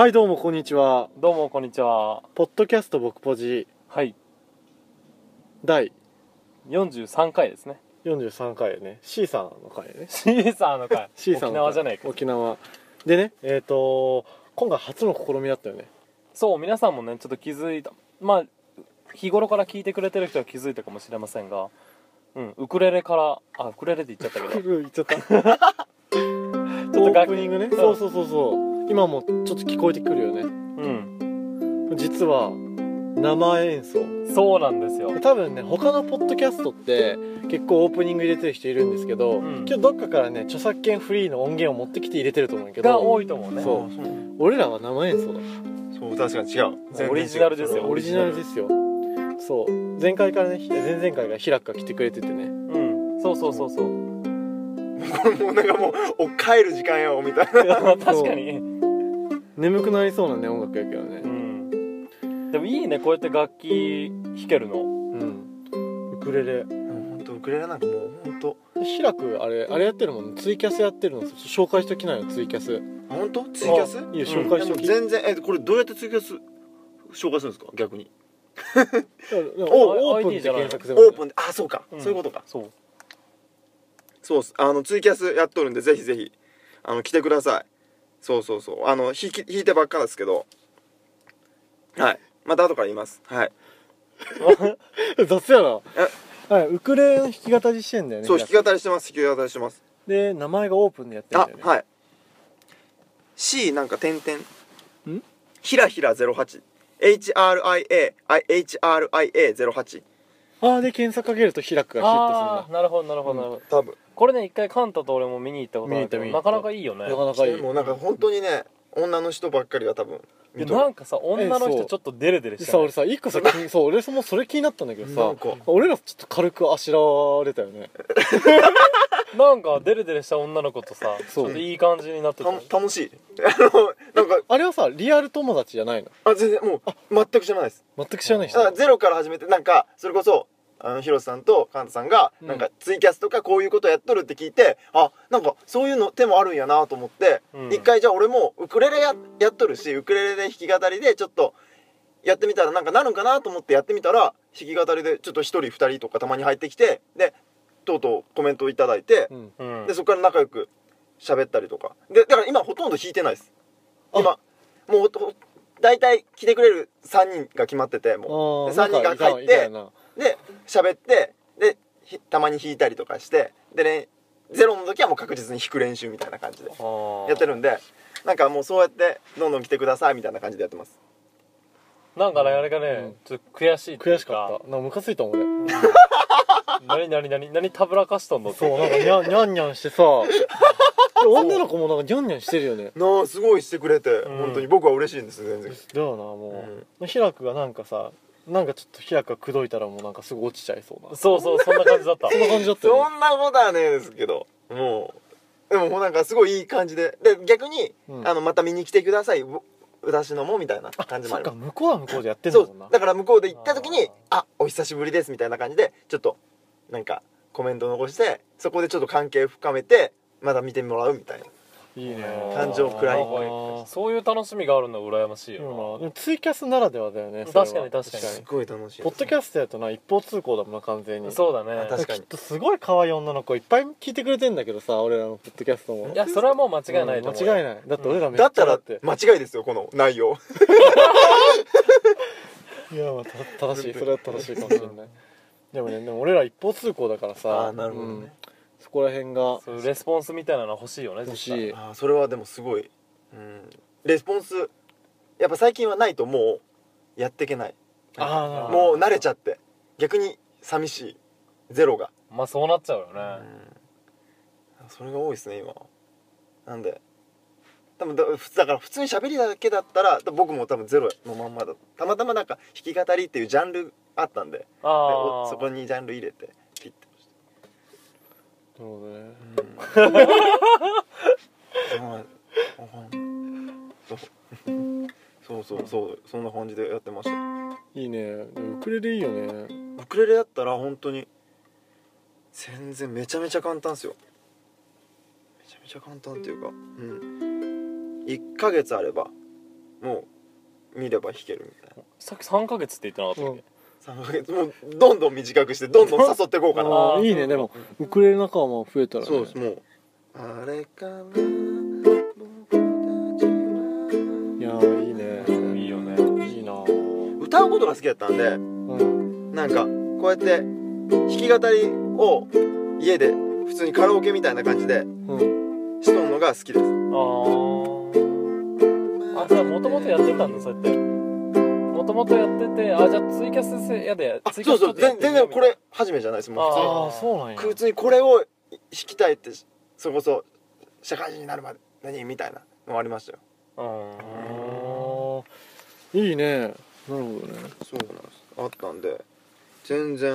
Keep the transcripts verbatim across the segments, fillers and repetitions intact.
はいどうもこんにちは。 どうもこんにちは。 ポッドキャスト僕ポジはいだいよんじゅうさんかいですね。 よんじゅうさんかいね。 C さんの回ね。 シーサーの回 C さん沖の回縄じゃないか。 沖縄でね、えっ、ー、と今回初の試みだったよね。 そう、皆さんもねちょっと気づいた、まあ日頃から聞いてくれてる人は気づいたかもしれませんが、うんウクレレからあウクレレって言っちゃったけど言っちゃったちょっとオープニングね、そうそうそうそう今もちょっと聞こえてくるよね。 うん実は生演奏。 そうなんですよ。 多分ね他のポッドキャストって結構オープニング入れてる人いるんですけど、うん、今日どっかからね著作権フリーの音源を持ってきて入れてると思うけどが多いと思うね。 そう、俺らは生演奏だ。 そう確かに違う。 オリジナルですよ。 オリジナルですよ。そう前回からね前々回が平くが来てくれててね。 うんそうそうそうそうこれもうなんかもうお帰る時間よみたいな確かに眠くなりそうなね音楽やけどね。 でもいいねこうやって楽器弾けるの。 うんウクレレ、 ほんとウクレレなんかもうほんと平くあれあれやってるもん、ツイキャスやってるの紹介しときなよ。ツイキャスあほんとツイキャスいいよ紹介しとき、 うん、全然えこれどうやってツイキャス紹介するんですか逆にオープンで検索する。 オープンであそうか、うん、そういうことか。 そうそうっすあのツイキャスやっとるんでぜひぜひあの来てください。そうそうそうあの弾き弾いてばっかですけどはいまた後から言います。はい雑やな。はいウクレレの弾き語りしてんだよね。 そう弾き語りしてます弾き語りしてます。 で名前がオープンでやってるんだよね。 あはい C なんか点々 んひらひらゼロはち エイチアールアイエー エイチアールアイエーゼロはちあーで検索かけると開くがヒットするんだ。 あーなるほどなるほどなるほど、 多分これね一回カンタと俺も見に行ったことあるけどなかなかいいよね。 なかなかいい。 もうなんか本当にね女の人ばっかりが多分見とる。 なんかさ女の人ちょっとデレデレしてさ俺さ一個さそう俺もそれ気になったんだけどさ俺らちょっと軽くあしらわれたよねなんかデレデレした女の子とさちょっといい感じになってた。 楽しいあのなんかあれはさリアル友達じゃないの？ あ全然もう全く知らないです。 全く知らない人。 ゼロから始めてなんかそれこそあのヒロさんとカンタさんがなんかツイキャスとかこういうことやっとるって聞いて、うん、あなんかそういうの手もあるんやなと思って、うん、一回じゃあ俺もウクレレ や, やっとるしウクレレで弾き語りでちょっとやってみたらなんかなるんかなと思ってやってみたら弾き語りでちょっとひとりふたりとかたまに入ってきてでとうとうコメントをいただいて、うん、でそこから仲良く喋ったりとかでだから今ほとんど弾いてないです。今もう大体来てくれるさんにんが決まっててもうでさんにんが入ってで喋ってでたまに弾いたりとかしてでねゼロの時はもう確実に弾く練習みたいな感じでやってるんでなんかもうそうやってどんどん来てくださいみたいな感じでやってます。 なんかねあれがね、うん、ちょっと悔しい悔しかった。なんかムカついたもん俺何何何何たぶらかしとんのって。 そうなんかニャンニャンニャンしてさ女の子もなんかニャンニャンしてるよね。 なあすごいしてくれて、うん、本当に僕は嬉しいんです全然。 だよなもう、うん、平くがなんかさなんかちょっと平くが口説いたらもうなんかすぐ落ちちゃいそうな。 そうそうそんな感じだったそんな感じだったよ、ね、 そんなことはねえですけどもうでももうなんかすごいいい感じでで逆に、うん、あのまた見に来てください私のもみたいな感じもある。 そっか向こうは向こうでやってんだもんな。 そうだから向こうで行った時にあお久しぶりですみたいな感じでちょっとなんかコメント残してそこでちょっと関係深めてまた見てもらうみたいな。 いいね感情くらいそういう楽しみがあるのは羨ましいよな、 うん、ツイキャスならではだよね。 確かに確かにすごい楽しい。 ポッドキャストやとな一方通行だもんな完全に。 そうだね確かにきっとすごい可愛い女の子いっぱい聞いてくれてんだけどさ俺らのポッドキャストも。 いやそれはもう間違いないと思う、 うん、間違いない。だって俺らめっちゃだったら間違いですよこの内容いやまあ正しいそれは正しいかもしれないでもねでも俺ら一方通行だからさあなるほどね、うんそこら辺がそういうレスポンスみたいなの欲しいよね。 欲しい。 あそれはでもすごい、うん、レスポンスやっぱ最近はないともうやっていけない。 あもう慣れちゃって逆に寂しいゼロがまあそうなっちゃうよね、 うん、それが多いですね今なんで多分だだから普通に喋りだけだったら僕も多分ゼロのまんまだたまたまなんか弾き語りっていうジャンルあったん で, でそこにジャンル入れてピッてそうね、 うん、そうそうそうそんな感じでやってました。 いいね。ウクレレいいよね。 ウクレレだったら本当に全然めちゃめちゃ簡単ですよ。めちゃめちゃ簡単っていうか、うん、いっかげつあればもう見れば弾けるみたいな。 さっきさんかげつって言ってなかったっけ、 さんかげつもうどんどん短くしてどんどん誘っていこうかな。 あーいいそうね。でもウクレレ仲間も増えたらね。 そうです。もうあれかな僕たちはいやーいいね。 いいよね。 いいな。 歌うことが好きだったんで、 うん。 なんかこうやって弾き語りを家で普通にカラオケみたいな感じでうん。 しとんのが好きです。 あーあ、じゃあもともとやってたんだ、そうやってもともとやってて、あ、じゃあツイキャスせやであ、 ツイキャスそうそう、全全然これ初めじゃないです。もう普通にああそうなんや。 普通にこれを弾きたいって、それこそ社会人になるまで何みたいなのありましたよ。 うんあーいいね。なるほどね。 そうなんです。あったんで全然。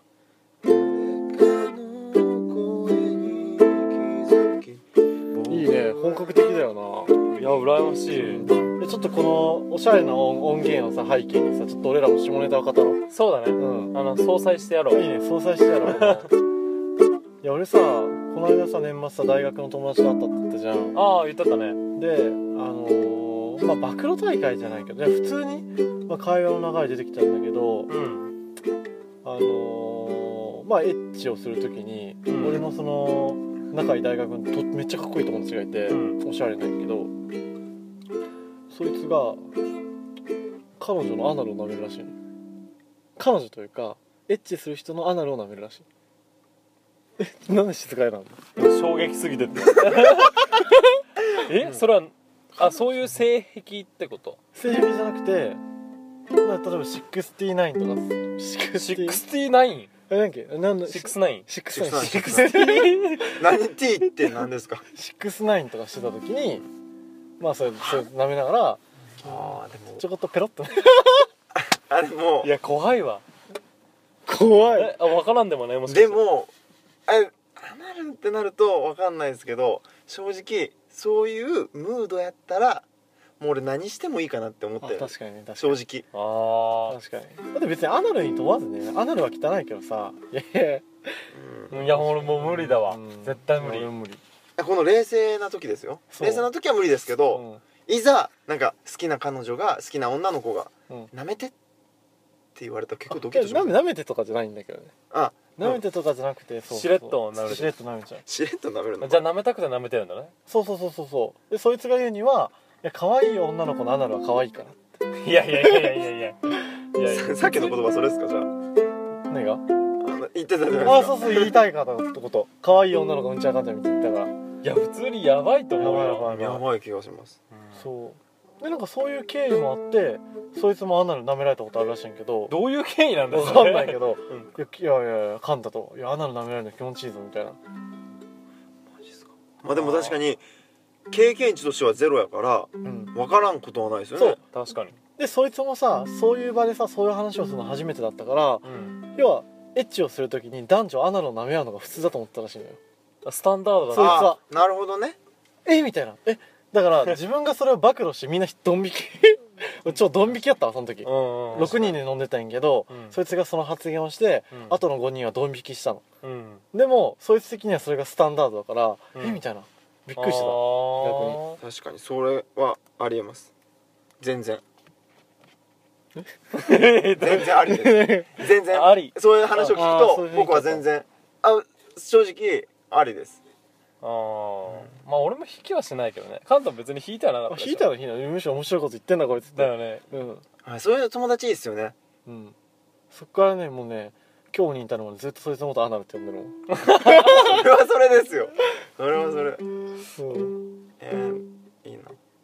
いいね。本格的だよな。 いや羨ましい。 でちょっとこのおしゃれな音音源をさ背景にさちょっと俺らも下ネタを語ろう。 そうだね、 うん。 あの相殺してやろう。 いいね。相殺してやろう。いや俺さこの間さ年末さ大学の友達と会ったって言ったじゃん。 ああ言ってたね。 であのー、まあ暴露大会じゃないけど普通に、まあ、会話の流れ出てきたんだけど、 うんあのー、まあエッチをするときに、 うん、 俺のその仲いい大学のとめっちゃかっこいい友達がいて、 うん、 おしゃれなんやけどそいつが彼女のアナルを舐めるらしいの。彼女というかエッチする人のアナルを舐めるらしい。えなんで静かになるの？ 衝撃すぎてってえ、うん、それはあそういう性癖ってこと？ 性癖じゃなくて例えばろくじゅうきゅうとかろくじゅうきゅうろくじゅうきゅうえなんだっけなんだろくじゅうきゅうろくじゅうきゅう何 T って何ですか？ ろくじゅうきゅうとかしてた時にまあそれそれ舐めながらあでもちょこっとペロッとあれもいや怖いわ。 怖い。 えあ分からんでもねもしかしてでもあれアナルってなると分かんないですけど正直そういうムードやったらもう俺何してもいいかなって思ってる。 確かにね確かに正直あ確かにだって別にアナルに問わずねアナルは汚いけどさいやいやうんあいや俺もう無理だわ、 うん絶対無理。 俺無理この冷静な時ですよ。 そう冷静な時は無理ですけど、 うんいざなんか好きな彼女が好きな女の子がうん舐めてって言われたら結構ドキッとします。 なめ舐めてとかじゃないんだけどねあ舐めてとかじゃなくてそうそうしれっと舐めるしれっと舐めちゃうしれっと舐めるのじゃあ舐めたくて舐めてるんだね。 そうそうそうそうそうでそいつが言うにはいや可愛い女の子のアナルは可愛いからいやいやいやいやいやいやいやいやさっきの言葉それですか？じゃあ何があの言ってたじゃないですか。 ああそうそう言いたいからってこと可愛い女の子うんちゃかんちゃみたいに言ったからいや普通にやばいと思うよ。 やばいやばいやばい気がします。 そうでなんかそういう経緯もあってそいつもアナル舐められたことあるらしいんやけどどういう経緯なんだわかんないけど、 うんいやいやいや噛んだといやアナル舐められるの気持ちいいぞみたいな。 マジですか？まあでも確かに経験値としてはゼロやからうん分からんことはないですよね。 そう確かに。 でそいつもさそういう場でさそういう話をするの初めてだったからうん要はエッチをするときに男女アナルを舐め合うのが普通だと思ったらしいのよ。 スタンダードだそいつな。 はあなるほどね。 えみたいなえだから自分がそれを暴露してみんなドン引き超ドン引きやったわその時、 うんうんろくにんで飲んでたんやけど、 うんそいつがその発言をして、 うん後のごにんはドン引きしたの。 うんでもそいつ的にはそれがスタンダードだから、 うんえみたいなびっくりしてた。 逆確かにそれはありえます。全然に全然ありです全然あり。 そういう話を聞くあーそういうふうにと僕は全然あ正直ありです。 ああまあ俺も引きはしないけどね。カンタ別に引いてはなかったでしょ。 引いたら引いたらむしろ面白いこと言ってんだこいつってだよね。 うんはいそういう友達いいっすよね。 うんそっからねもうね今日に至るまでずっとそいつのことアナルって呼んでるもん。 それはそれですよ。それはそれそうえー、いいな。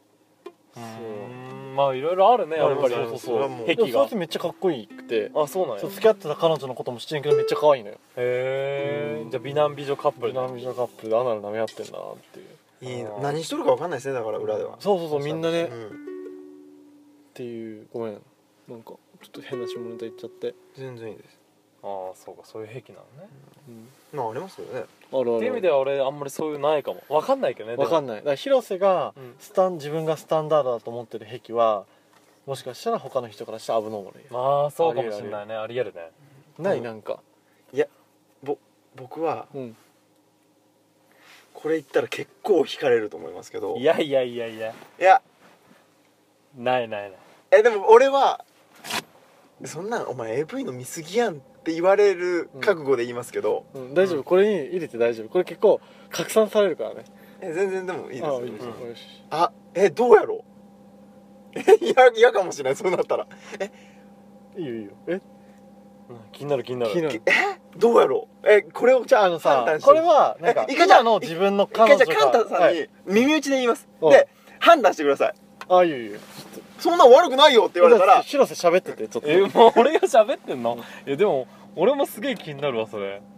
うんまあいろいろあるねやっぱり。 そうそうそれはもうでも癖がそいつめっちゃかっこいいくてあそうなんや。 そう付き合ってた彼女のことも知ってんけどめっちゃ可愛いのよ。 へえじゃあ美男美女カップルだ。 ナミジャカップルでアナル舐め合ってんだなっていう。 いいなあー何しとるか分かんないですねだから裏では。 そうそうそうみんなね、っうんていうごめんなんかちょっと変な下ネタ言っちゃって、 全然いいです。 ああそうかそういう癖なのね。 うん、 まあありますよね。 あるあるっていう意味では俺あんまりそういうないかも。わかんないけどね。 わかんない。 ないだから広瀬がうんスタン自分がスタンダードだと思ってる癖はもしかしたら他の人からしたら危ノーマルよ。 まあそうかもしれないね。ありえるね。 ないなんか僕はうんこれ言ったら結構惹かれると思いますけどいやいやいやいや。 いやないないない。 えでも俺はそんなんお前 エーブイ の見過ぎやんって言われる覚悟で言いますけど、 うん、大丈夫、これに入れて大丈夫。これ結構拡散されるからね。 え全然でもいいですよ。 あいいですよ、 うんよし。 あえどうやろうえ嫌嫌かもしれないそうなったらいいよいいよ。えうん気になる気になる。 気になる。 えどうやろうえこれをじゃああのさ判断してこれはなんかえ一回じゃあ今の自分の一回彼女がじゃあカンタさんはいに耳打ちで言います、 うんで判断してください。 あいいよいいよ。 そんなん悪くないよって言われたら広瀬喋っててちょっと。 えもう俺が喋ってんの？えでも俺もすげえ気になるわそれ。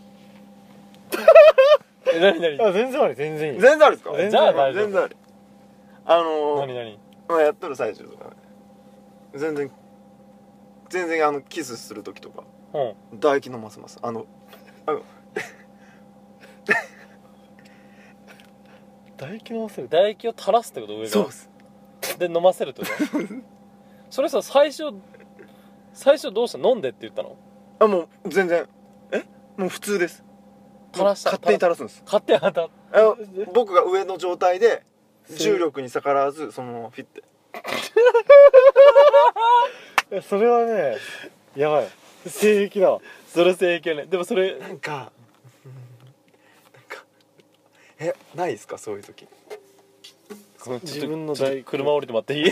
え何何？ あ全然あり全然いい。 全然あるんですか？ 全然ある大丈夫全然ある。あのー何何？ まあ、やっとる最中とかね全然全然あのキスする時とかうん。 唾液飲ませます。あのあの唾液飲ませる。 唾液を垂らすってこと？上がそうっす。 で飲ませるってことそれさ最初最初どうした飲んでって言ったの？ あもう全然えもう普通です。 垂らした勝手に垂らすんです。 勝手に当たっあの僕が上の状態で重力に逆らわずそのままフィッてえそれはねやばい性癖だわ。 それ正解ね。でもそれなんかうんなんかえないですかそういう時。 そのちょっと自分のちょっと唾液車降りて待っていい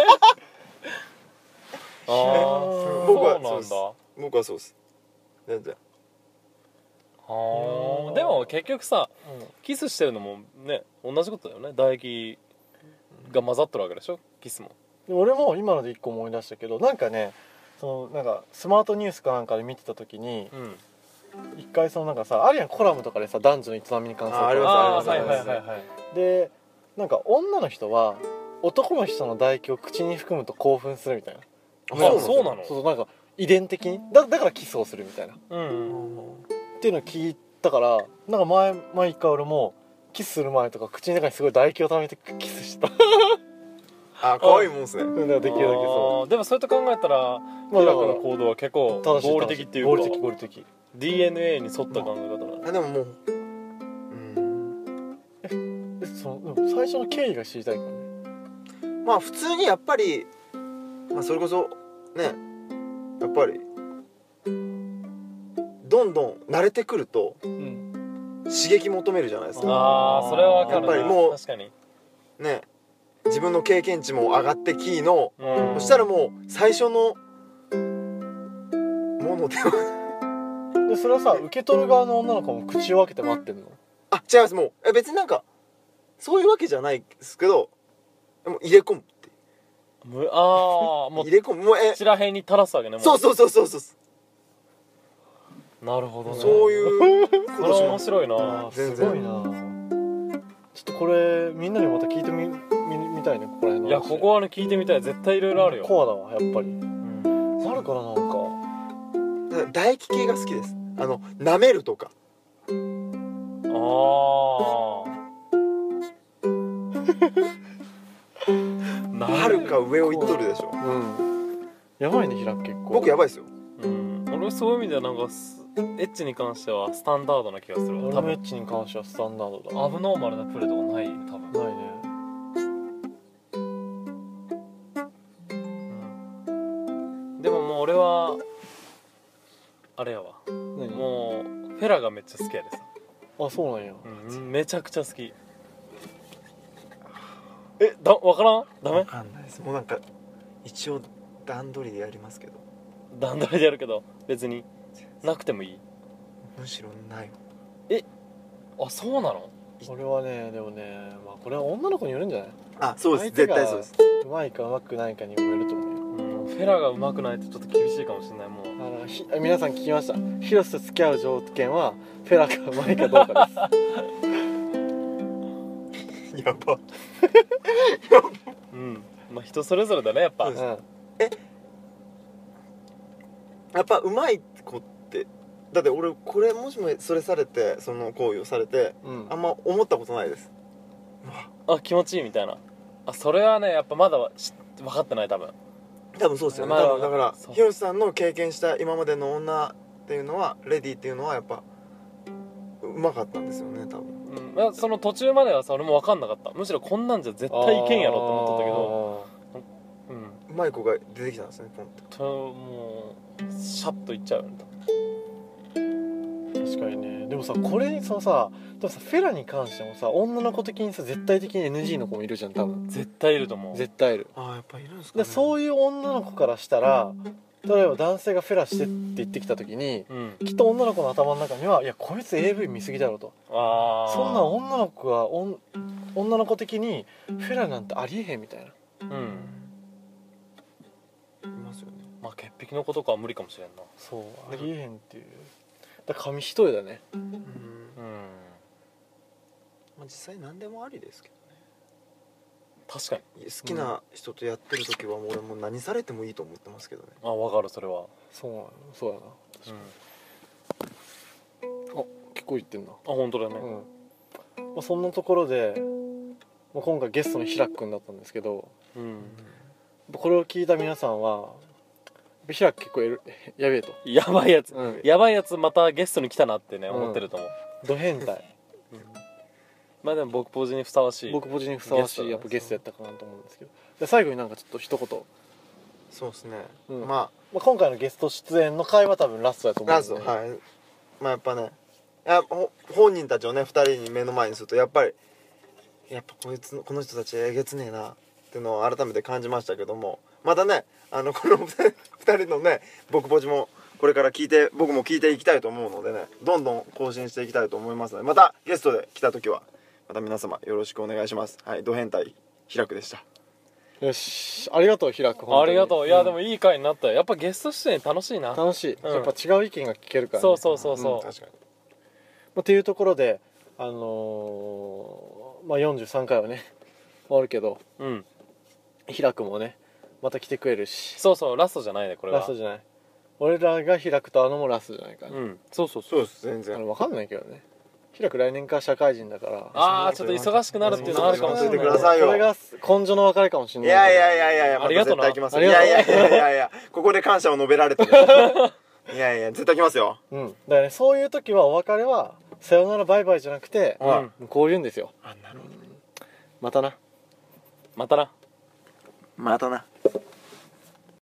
ああ僕はそうなんだ。 そうです僕はそうです全然。 あーでも結局さキスしてるのもね同じことだよね。唾液が混ざってるわけでしょキスも。 で俺も今ので一個思い出したけどなんかねそのなんかスマートニュースかなんかで見てた時にうん一回そのなんかさあるやんコラムとかでさ男女の営みに関するあありますああはいありますはいはいはい。 でなんか女の人は男の人の唾液を口に含むと興奮するみたいな。 あそうそうなのそうそうなんか遺伝的にだだからキスをするみたいなっうんていうのを聞いたからなんか前前一回俺もキスする前とか口の中にすごい唾液を溜めてキスしたあ可愛いもんですね。 なんかできるだけそあーでもそうやって考えたらまあヒラ君の行動は結構う正しい合理的っていうか合理的合理的ディーエヌエー に沿った考え方だね。 あでももううんえそのでも最初の経緯が知りたいからね。 まあ普通にやっぱりまあそれこそねやっぱりどんどん慣れてくるとうん刺激求めるじゃないですか。 ああそれは分かるな。 やっぱりもう確かに。 ね自分の経験値も上がってきのうんそしたらもう最初のものではでそれはさ受け取る側の女の子も口を開けて待ってんの？ あ違いますもうえ別になんかそういうわけじゃないですけどもう入れ込むってむああもう入れ込むもうえちらへんに垂らすわけね。もそうそうそうそうそうなるほどね。 そういうこそれはとします。 面白いな。 あー全然すごいな。ちょっとこれみんなにまた聞いてみみみたいねここら辺の話。 いやここはね聞いてみたい。絶対いろいろあるよ。 コアだわやっぱり。 うんあるからなんかだから唾液系が好きですあの舐めるとかああはるか上を行っとるでしょ。 うんやばいね平く結構。 僕やばいですよ。 うん俺そういう意味ではなんかスエッチに関してはスタンダードな気がするわ。多分俺のエッチに関してはスタンダードだ。 アブノーマルなプレーとかない多分。 ないね。 うんでももう俺はあれやわ。 何？ もうフェラがめっちゃ好きやでさ。 あそうなんや。 うんめちゃくちゃ好き。えだわからん？ダメわ？かんないですもうなんか一応段取りでやりますけど段取りでやるけど別になくてもいい。 むしろないあそうなの？ 俺はねでもねまあこれは女の子によるんじゃない？ あそうです相手が絶対そうです。 うまいかうまくないかにもよると思うよ。 うんフェラが上手くないとちょっと厳しいかもしれないもう。 あのひ皆さん聞きました。広瀬と付き合う条件はフェラがうまいかどうかです。 やばうんまあ人それぞれだねやっぱ。 そううんやっぱうまい子ってだって俺これもしもそれされてその行為をされてうんあんま思ったことないです。うわあ気持ちいいみたいな。あそれはねやっぱまだし分かってない多分。 多分そうですよね、 まあ多分だからそうヒロシさんの経験した今までの女っていうのはレディっていうのはやっぱうまかったんですよね多分。 うんいやその途中まではさ俺も分かんなかった。むしろこんなんじゃ絶対いけんやろって思っとったけどまい子が出てきたんですねポンってともうシャッといっちゃうよね確かにね。でもさこれそのさでもさフェラに関してもさ女の子的にさ絶対的に エヌジー の子もいるじゃん多分。 絶対いると思う。 絶対いる。 ああやっぱいるんですかねでそういう女の子からしたら例えば男性がフェラしてって言ってきた時にうんきっと女の子の頭の中にはいやこいつ エーブイ 見すぎだろとああそんな女の子がおん女の子的にフェラなんてありえへんみたいな。 うんいますよねまあ潔癖の子とかは無理かもしれんな。 そうありえへんっていうだから紙一重だね。 うんうんまあ実際何でもありですけど確かにね好きな人とやってる時はもう俺もう何されてもいいと思ってますけどねあ分かるそれは。 そうなのそうやな。 うんあ結構言ってんな。 あ本当だね。 うんまあ、そんなところで、まあ、今回ゲストの平くんだったんですけどうんこれを聞いた皆さんは平く結構やるやべえと、 やばいやつうん、 やばいやつまたゲストに来たなってねうん思ってると思う。 ド変態まあでも僕ポジにふさわしい。 僕ポジにふさわしいゲストだねやっぱゲストやったかなと思うんですけどで最後になんかちょっと一言、 そうですねうんままあ、今回のゲスト出演の回は多分ラストだとあラ思うんでストはいまあやっぱねやほ本人たちをねふたりに目の前にするとやっぱりやっぱこいつのこの人たちえげつねえなっていうのを改めて感じましたけどもまたねあのこのふたりのね僕ポジもこれから聞いて僕も聞いていきたいと思うのでねどんどん更新していきたいと思いますのでまたゲストで来た時はまた皆様よろしくお願いしますはいド変態平くでしたよしありがとう平く本当にありがとう。いやでんもいい回になったよ。やっぱゲスト出演楽しいな。 楽しい、 うんやっぱ違う意見が聞けるから、ね、 そうそうそうそう。 確かにまあ、っていうところであのーまあよんじゅうさんかいはね終わるけどうん。 平くもねまた来てくれるしそうそうラストじゃないねこれは。 ラストじゃない俺らが平くとあのもラストじゃないかな、 うん。そうそうそう。 そうです全あ然の分かんないけどね平く来年から社会人だからああちょっと忙しくなるっていうのはあるかもしれ教えてない。 くださいよこれが根性の別れかもしれないいやいやいやいやいやありがとうなまた絶対来ますありがとういやいやいやいやいやここで感謝を述べられてるいやいや絶対来ますようんだからねそういう時はお別れはさよならバイバイじゃなくて、 うんこう言うんですよあなるほどまたなまたな。 またな